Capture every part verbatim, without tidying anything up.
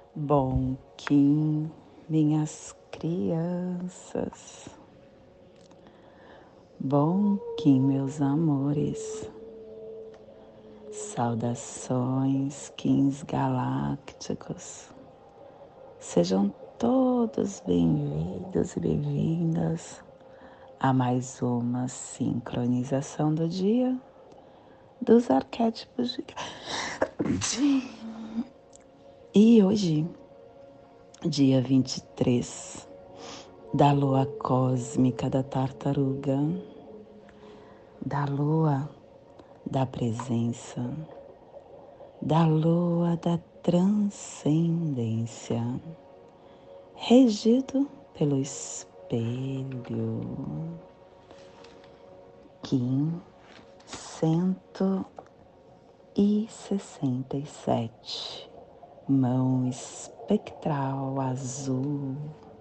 Bom Kim, minhas crianças. Bom Kim, meus amores. Saudações, Kims galácticos. Sejam todos bem-vindos e bem-vindas a mais uma sincronização do dia dos arquétipos de... E hoje, dia vinte e três da lua cósmica da tartaruga, da lua da presença, da lua da transcendência, regido pelo espelho, Kim cento e sessenta e sete, mão espectral azul,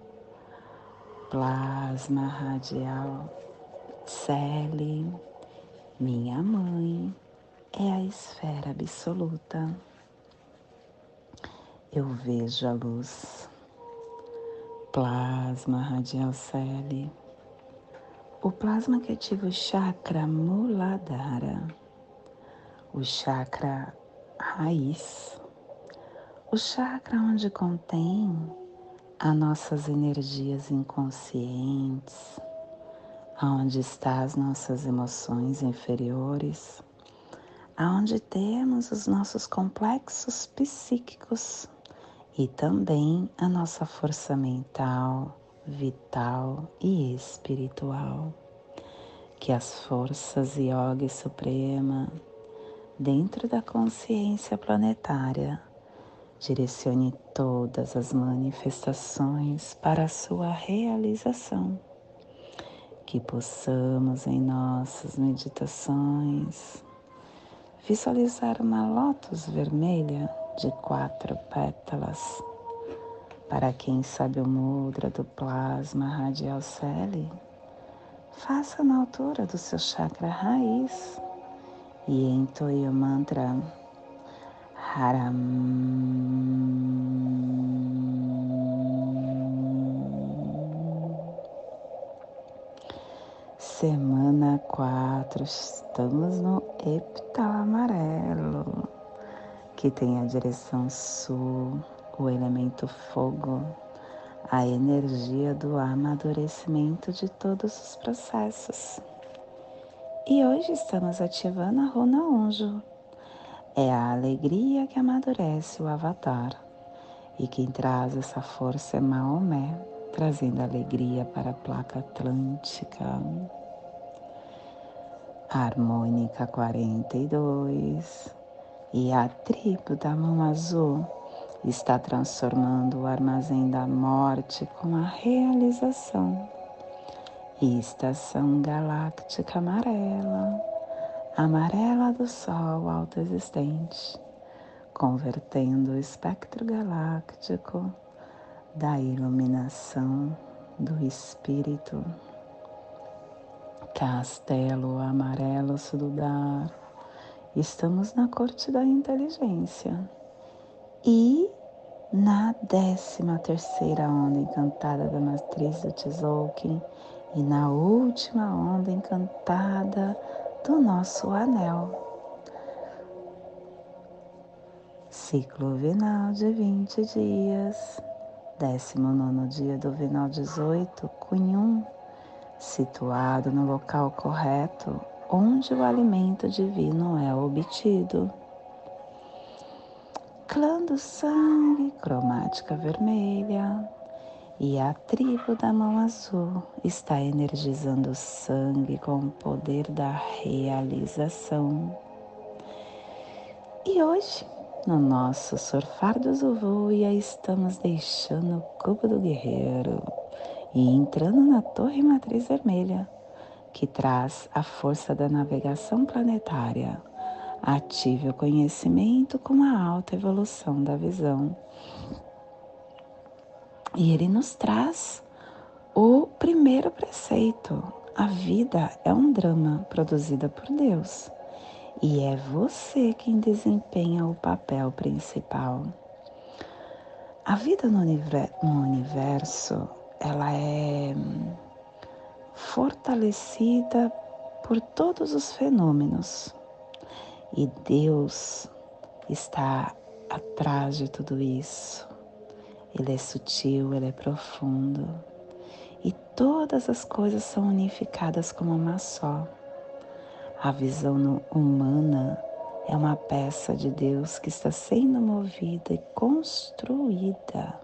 plasma radial, Celi, minha mãe, é a esfera absoluta. Eu vejo a luz, plasma radial Celi, o plasma que ativa o chakra Muladhara, o chakra raiz, o chakra onde contém as nossas energias inconscientes, aonde estão as nossas emoções inferiores, aonde temos os nossos complexos psíquicos e também a nossa força mental, vital e espiritual, que as forças Yoga Suprema, dentro da consciência planetária, direcione todas as manifestações para a sua realização. Que possamos em nossas meditações visualizar uma lótus vermelha de quatro pétalas. Para quem sabe o mudra do plasma radial Celi, faça na altura do seu chakra raiz e entoie o mantra Haram. Semana quatro, estamos no epital amarelo, que tem a direção sul, o elemento fogo, a energia do amadurecimento de todos os processos. E hoje estamos ativando a runa Anjo. É a alegria que amadurece o avatar. E quem traz essa força é Maomé, trazendo alegria para a placa atlântica. Harmônica quarenta e dois, e a tribo da mão azul está transformando o armazém da morte com a realização. E estação galáctica amarela, amarela do sol autoexistente, convertendo o espectro galáctico da iluminação do espírito. Castelo amarelo Sududar, estamos na corte da inteligência e na décima terceira onda encantada da matriz do Tzolk'in e na última onda encantada do nosso anel. Ciclo vinal de vinte dias, décimo nono dia do vinal dezoito, Cunhum, situado no local correto, onde o alimento divino é obtido. Clã do sangue, cromática vermelha, e a tribo da mão azul está energizando o sangue com o poder da realização. E hoje, no nosso surfar do Zuvuia, estamos deixando o cubo do guerreiro e entrando na torre matriz vermelha, que traz a força da navegação planetária. Ative o conhecimento com a alta evolução da visão. E ele nos traz o primeiro preceito. A vida é um drama produzido por Deus. E é você quem desempenha o papel principal. A vida no universo, ela é fortalecida por todos os fenômenos. E Deus está atrás de tudo isso. Ele é sutil, ele é profundo. E todas as coisas são unificadas como uma só. A visão humana é uma peça de Deus que está sendo movida e construída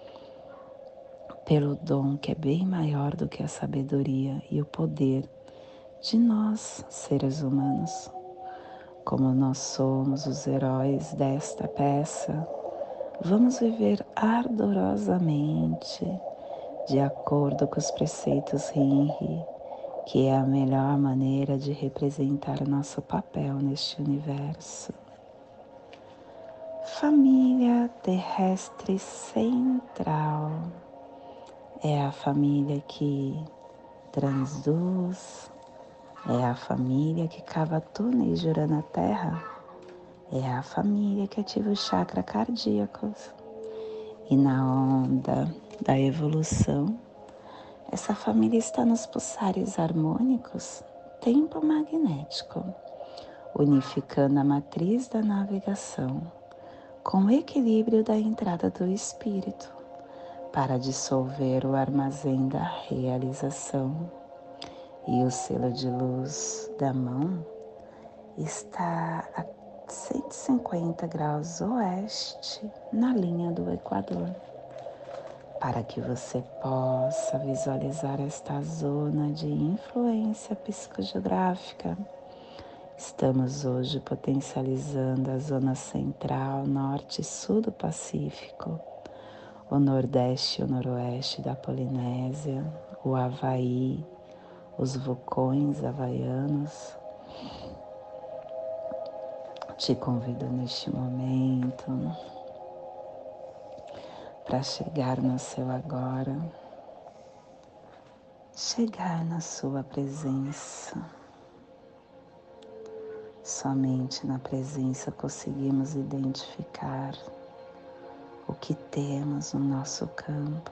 pelo dom que é bem maior do que a sabedoria e o poder de nós, seres humanos. Como nós somos os heróis desta peça, vamos viver ardorosamente de acordo com os preceitos Rinri, que é a melhor maneira de representar o nosso papel neste universo. Família terrestre central é a família que transduz, é a família que cava túneis girando a terra, é a família que ativa os chakras cardíacos. E na onda da evolução, essa família está nos pulsares harmônicos, tempo magnético, unificando a matriz da navegação com o equilíbrio da entrada do espírito para dissolver o armazém da realização. E o selo de luz da mão está a cento e cinquenta graus oeste na linha do Equador, para que você possa visualizar esta zona de influência psicogeográfica. Estamos hoje potencializando a zona central, norte e sul do Pacífico, o nordeste e o noroeste da Polinésia, o Havaí, os vulcões havaianos. Te convido neste momento para chegar no seu agora, chegar na sua presença. Somente na presença conseguimos identificar o que temos no nosso campo.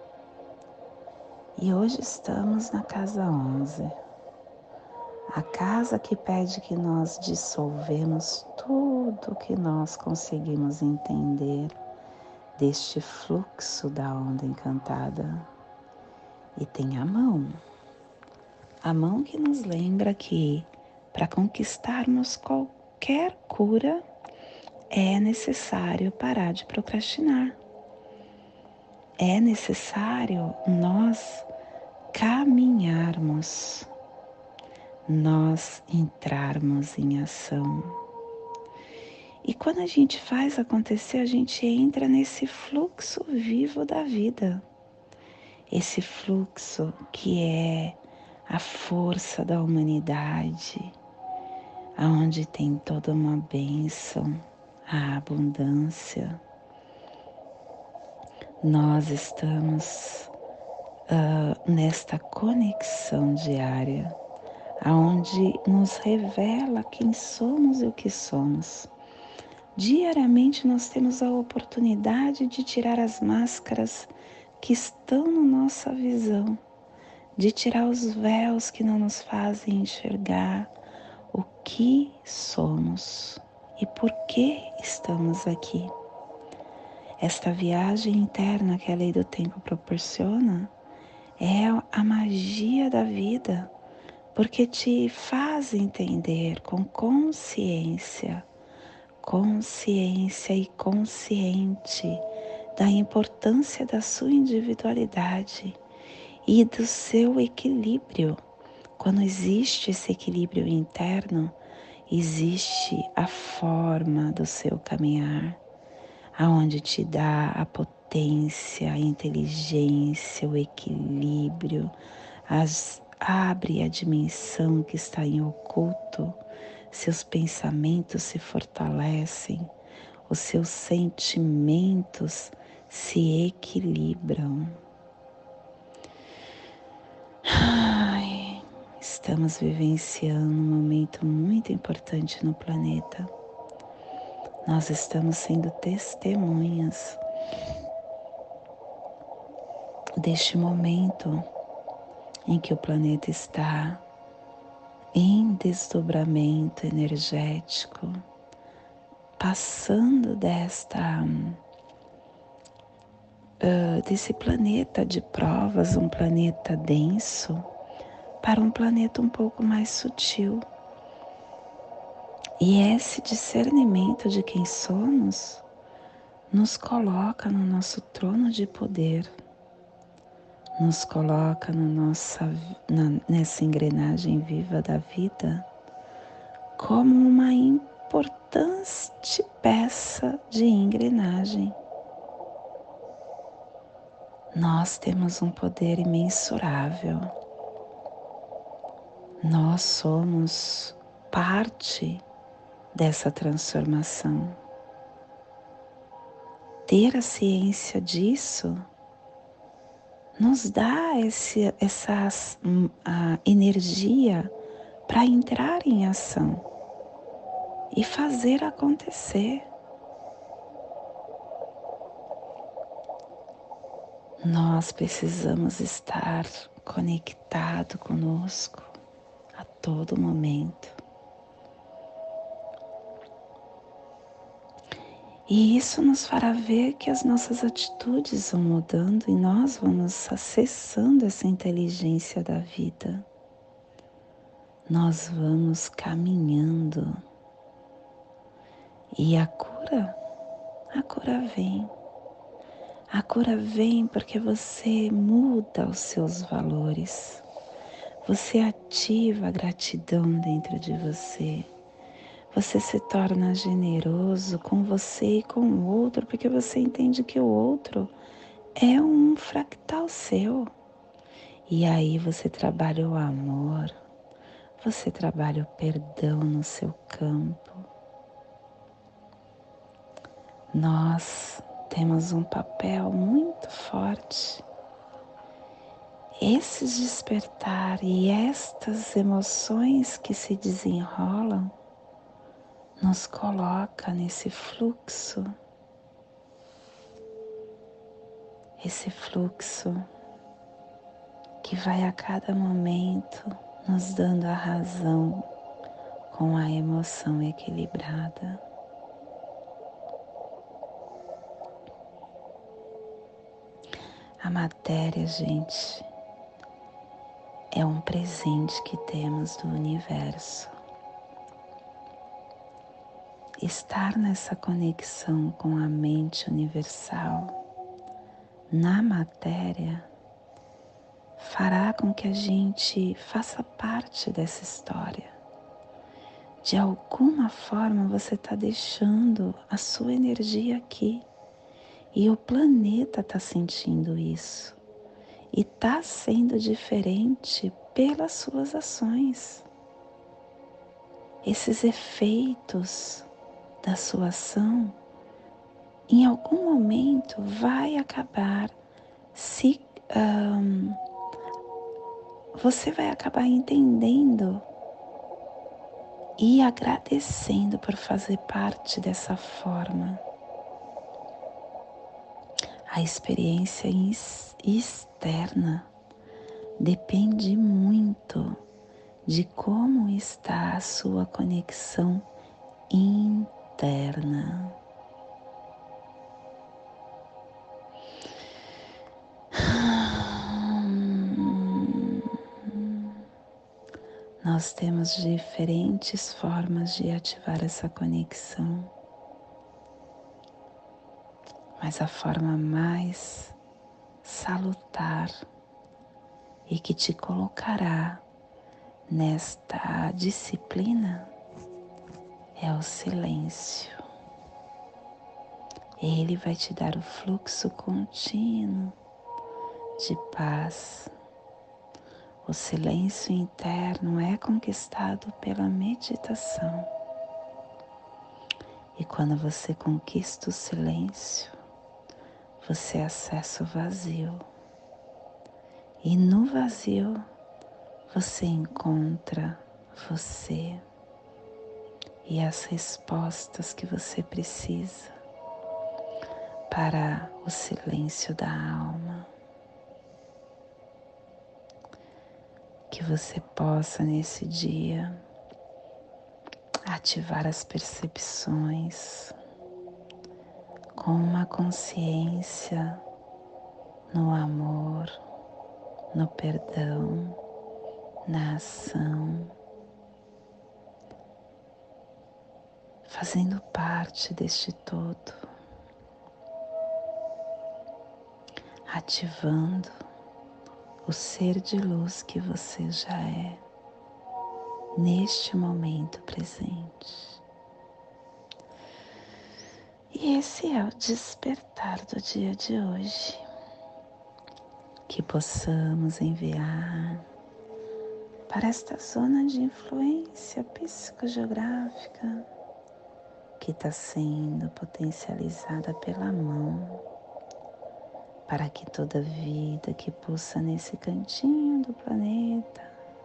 E hoje estamos na casa onze, a casa que pede que nós dissolvemos tudo que nós conseguimos entender deste fluxo da onda encantada. E tem a mão, a mão que nos lembra que para conquistarmos qualquer cura é necessário parar de procrastinar. É necessário nós caminharmos, nós entrarmos em ação. E quando a gente faz acontecer, a gente entra nesse fluxo vivo da vida. Esse fluxo que é a força da humanidade, aonde tem toda uma bênção, a abundância. Nós estamos uh, nesta conexão diária, aonde nos revela quem somos e o que somos. Diariamente nós temos a oportunidade de tirar as máscaras que estão na nossa visão, de tirar os véus que não nos fazem enxergar o que somos e por que estamos aqui. Esta viagem interna que a lei do tempo proporciona é a magia da vida, porque te faz entender com consciência, consciência e consciente da importância da sua individualidade e do seu equilíbrio. Quando existe esse equilíbrio interno, existe a forma do seu caminhar, aonde te dá a potência, a inteligência, o equilíbrio, as, abre a dimensão que está em oculto, seus pensamentos se fortalecem, os seus sentimentos se equilibram. Ai, estamos vivenciando um momento muito importante no planeta. Nós estamos sendo testemunhas deste momento em que o planeta está em desdobramento energético, passando desta uh, desse planeta de provas, um planeta denso, para um planeta um pouco mais sutil. E esse discernimento de quem somos nos coloca no nosso trono de poder, nos coloca no nossa, na, nessa engrenagem viva da vida como uma importante peça de engrenagem. Nós temos um poder imensurável. Nós somos parte dessa transformação. Ter a ciência disso nos dá esse, essa a energia para entrar em ação e fazer acontecer. Nós precisamos estar conectado conosco a todo momento. E isso nos fará ver que as nossas atitudes vão mudando e nós vamos acessando essa inteligência da vida. Nós vamos caminhando. E a cura, a cura vem. A cura vem porque você muda os seus valores. Você ativa a gratidão dentro de você. Você se torna generoso com você e com o outro, porque você entende que o outro é um fractal seu. E aí você trabalha o amor, você trabalha o perdão no seu campo. Nós temos um papel muito forte. Esses despertar e estas emoções que se desenrolam nos coloca nesse fluxo, esse fluxo que vai a cada momento nos dando a razão com a emoção equilibrada. A matéria, gente, é um presente que temos do universo. Estar nessa conexão com a mente universal, na matéria, fará com que a gente faça parte dessa história. De alguma forma você está deixando a sua energia aqui e o planeta está sentindo isso e está sendo diferente pelas suas ações. Esses efeitos da sua ação, em algum momento vai acabar se um, você vai acabar entendendo e agradecendo por fazer parte dessa forma. A experiência externa depende muito de como está a sua conexão interna. Nós temos diferentes formas de ativar essa conexão, mas a forma mais salutar e que te colocará nesta disciplina é o silêncio. Ele vai te dar o fluxo contínuo de paz. O silêncio interno é conquistado pela meditação. E quando você conquista o silêncio, você acessa o vazio. E no vazio, você encontra você e as respostas que você precisa para o silêncio da alma. você possa nesse dia ativar as percepções com uma consciência no amor, no perdão, na ação, fazendo parte deste todo, ativando o ser de luz que você já é neste momento presente. E esse é o despertar do dia de hoje, que possamos enviar para esta zona de influência psicogeográfica que está sendo potencializada pela mão, para que toda vida que pulsa nesse cantinho do planeta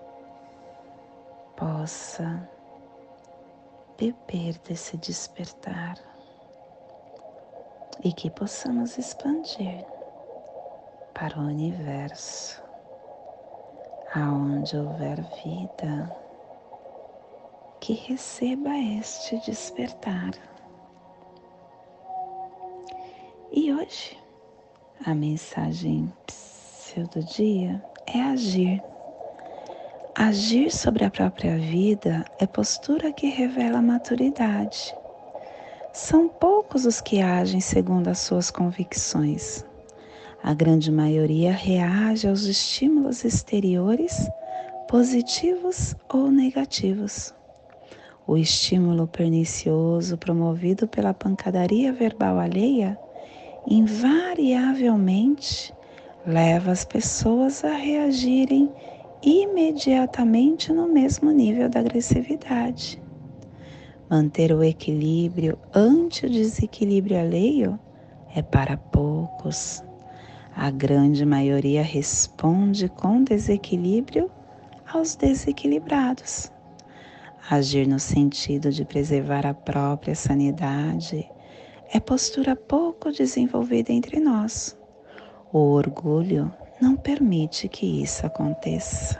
possa beber desse despertar e que possamos expandir para o universo, aonde houver vida, que receba este despertar. E hoje, a mensagem do dia é agir. Agir sobre a própria vida é postura que revela maturidade. São poucos os que agem segundo as suas convicções. A grande maioria reage aos estímulos exteriores, positivos ou negativos. O estímulo pernicioso promovido pela pancadaria verbal alheia invariavelmente leva as pessoas a reagirem imediatamente no mesmo nível da agressividade. Manter o equilíbrio ante o desequilíbrio alheio é para poucos. A grande maioria responde com desequilíbrio aos desequilibrados. Agir no sentido de preservar a própria sanidade é postura pouco desenvolvida entre nós. O orgulho não permite que isso aconteça.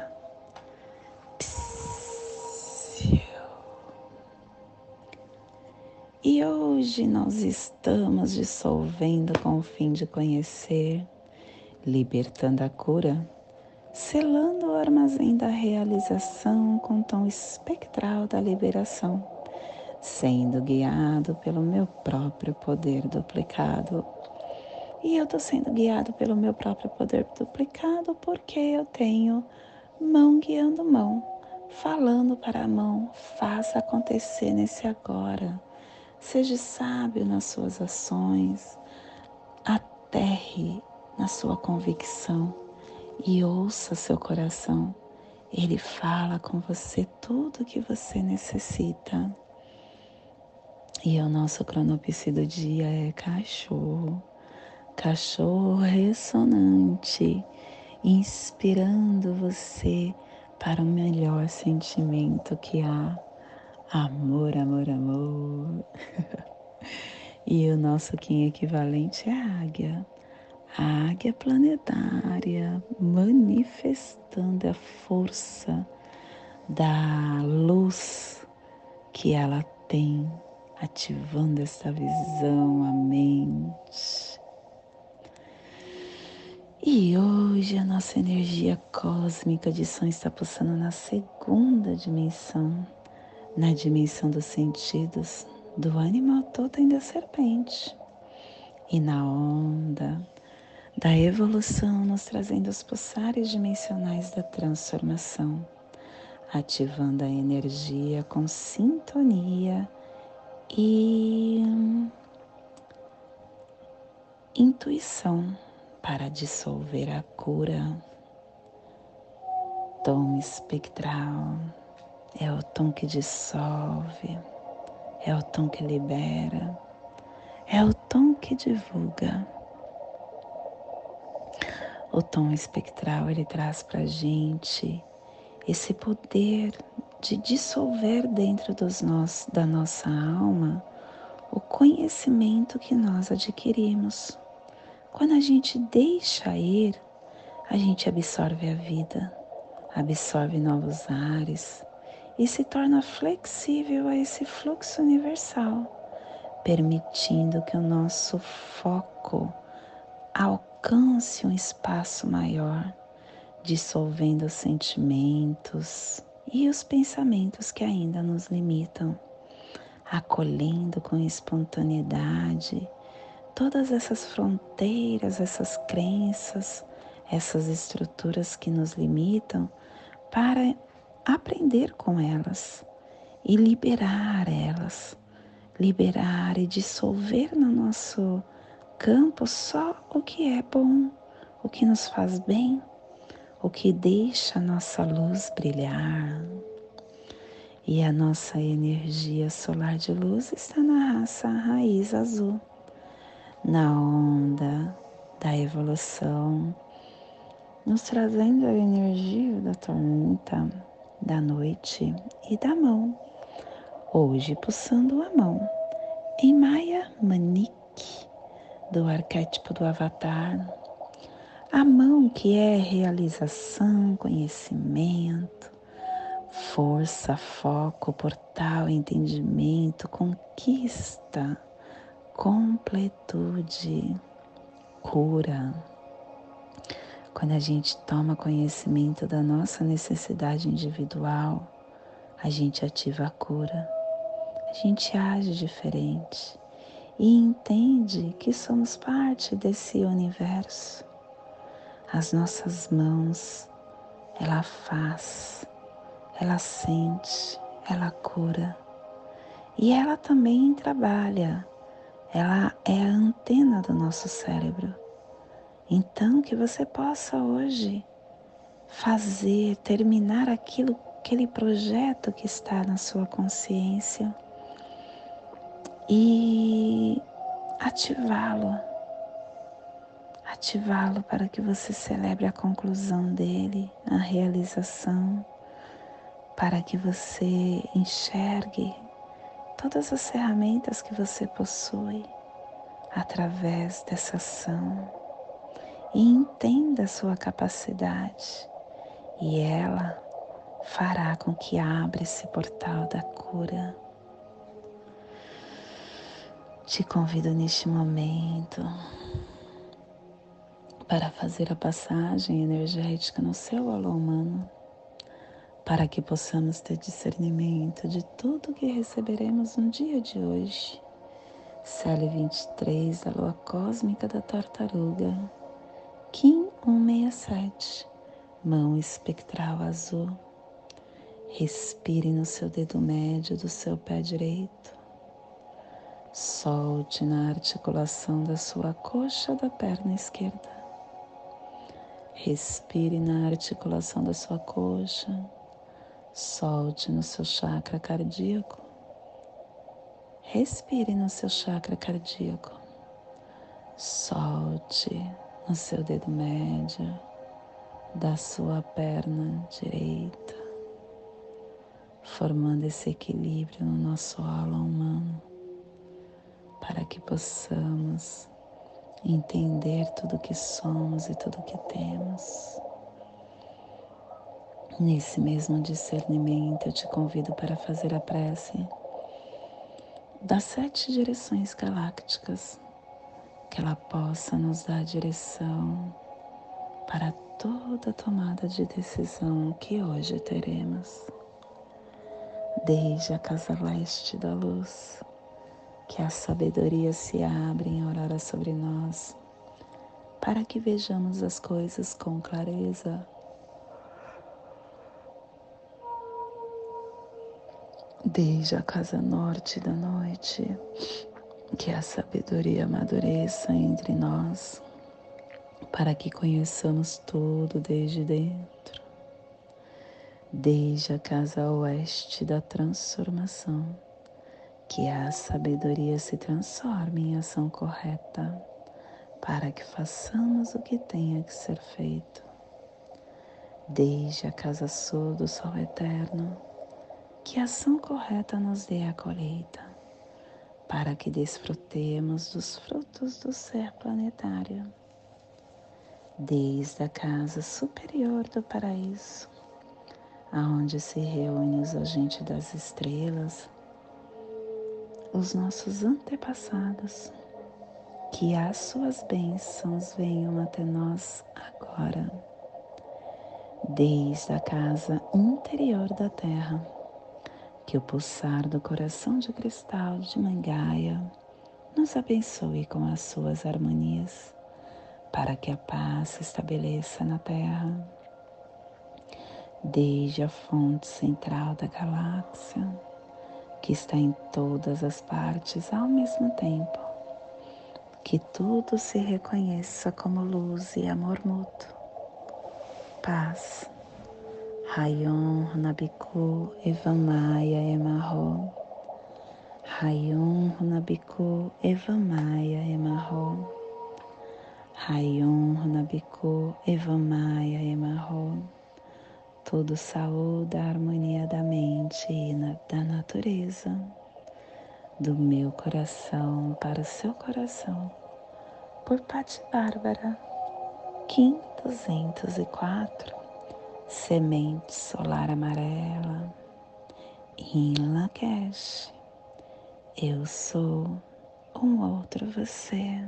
E hoje nós estamos dissolvendo com o fim de conhecer, libertando a cura, selando o armazém da realização com o tom espectral da liberação, sendo guiado pelo meu próprio poder duplicado. E eu estou sendo guiado pelo meu próprio poder duplicado porque eu tenho mão guiando mão, falando para a mão, faça acontecer nesse agora. Seja sábio nas suas ações, aterre na sua convicção e ouça seu coração. Ele fala com você tudo o que você necessita. E o nosso cronopse do dia é cachorro. Cachorro ressonante, inspirando você para o melhor sentimento que há. Amor, amor, amor. E o nosso Kim equivalente é a águia. A águia planetária, manifestando a força da luz que ela tem, ativando essa visão, a mente. E hoje a nossa energia cósmica de som está pulsando na segunda dimensão, na dimensão dos sentidos, do animal totem da serpente. E na onda da evolução, nos trazendo os pulsares dimensionais da transformação, ativando a energia com sintonia e intuição para dissolver a cura. Tom espectral é o tom que dissolve, é o tom que libera, é o tom que divulga. O tom espectral, ele traz para a gente esse poder de dissolver dentro dos nós, da nossa alma o conhecimento que nós adquirimos. Quando a gente deixa ir, a gente absorve a vida, absorve novos ares e se torna flexível a esse fluxo universal, permitindo que o nosso foco alcance um espaço maior, dissolvendo os sentimentos e os pensamentos que ainda nos limitam, acolhendo com espontaneidade todas essas fronteiras, essas crenças, essas estruturas que nos limitam, para aprender com elas e liberar elas, liberar e dissolver no nosso campo só o que é bom, o que nos faz bem, o que deixa a nossa luz brilhar. E a nossa energia solar de luz está na raça raiz azul, na onda da evolução, nos trazendo a energia da tormenta, da noite e da mão. Hoje pulsando a mão em Maya Manik, do arquétipo do Avatar. A mão que é realização, conhecimento, força, foco, portal, entendimento, conquista, completude, cura. Quando a gente toma conhecimento da nossa necessidade individual, a gente ativa a cura, a gente age diferente e entende que somos parte desse universo. As nossas mãos, ela faz, ela sente, ela cura e ela também trabalha, ela é a antena do nosso cérebro. Então, que você possa hoje fazer, terminar aquilo, aquele projeto que está na sua consciência e ativá-lo, ativá-lo para que você celebre a conclusão dele, a realização, para que você enxergue todas as ferramentas que você possui através dessa ação e entenda a sua capacidade, e ela fará com que abra esse portal da cura. Te convido neste momento para fazer a passagem energética no seu alô humano, para que possamos ter discernimento de tudo que receberemos no dia de hoje. Célia vinte e três, a lua cósmica da tartaruga, Kim cento e sessenta e sete, mão espectral azul. Respire no seu dedo médio do seu pé direito. Solte na articulação da sua coxa da perna esquerda. Respire na articulação da sua coxa. Solte no seu chakra cardíaco. Respire no seu chakra cardíaco. Solte no seu dedo médio da sua perna direita, formando esse equilíbrio no nosso halo humano, para que possamos entender tudo que somos e tudo que temos. Nesse mesmo discernimento, eu te convido para fazer a prece das sete direções galácticas, que ela possa nos dar direção para toda tomada de decisão que hoje teremos. Desde a casa leste da luz, que a sabedoria se abre em aurora sobre nós, para que vejamos as coisas com clareza. Desde a casa norte da noite, que a sabedoria amadureça entre nós, para que conheçamos tudo desde dentro. Desde a casa oeste da transformação, que a sabedoria se transforme em ação correta, para que façamos o que tenha que ser feito. Desde a casa sul do sol eterno, que a ação correta nos dê a colheita, para que desfrutemos dos frutos do ser planetário. Desde a casa superior do paraíso, aonde se reúne os agentes das estrelas, os nossos antepassados, que as suas bênçãos venham até nós agora, desde a casa interior da Terra, que o pulsar do coração de cristal de Mãe Gaia nos abençoe com as suas harmonias, para que a paz se estabeleça na Terra, desde a fonte central da galáxia, que está em todas as partes ao mesmo tempo, que tudo se reconheça como luz e amor mútuo. Paz. Rayon Runabiku Evamaya Emarro. Rayon Runabiku Evamaya Emarro. Rayon Runabiku Evamaya Emarro. Tudo saúde a harmonia da mente e na, da natureza, do meu coração para o seu coração, por Patti Bárbara, Kim duzentos e quatro, Semente Solar Amarela, em Lakesh, eu sou um outro você.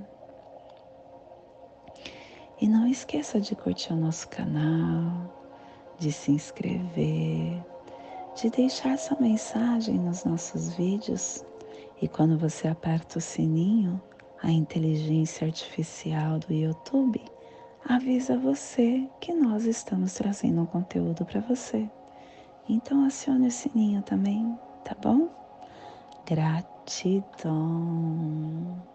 E não esqueça de curtir o nosso canal, de se inscrever, de deixar sua mensagem nos nossos vídeos. E quando você aperta o sininho, a inteligência artificial do YouTube avisa você que nós estamos trazendo um conteúdo para você. Então acione o sininho também, tá bom? Gratidão!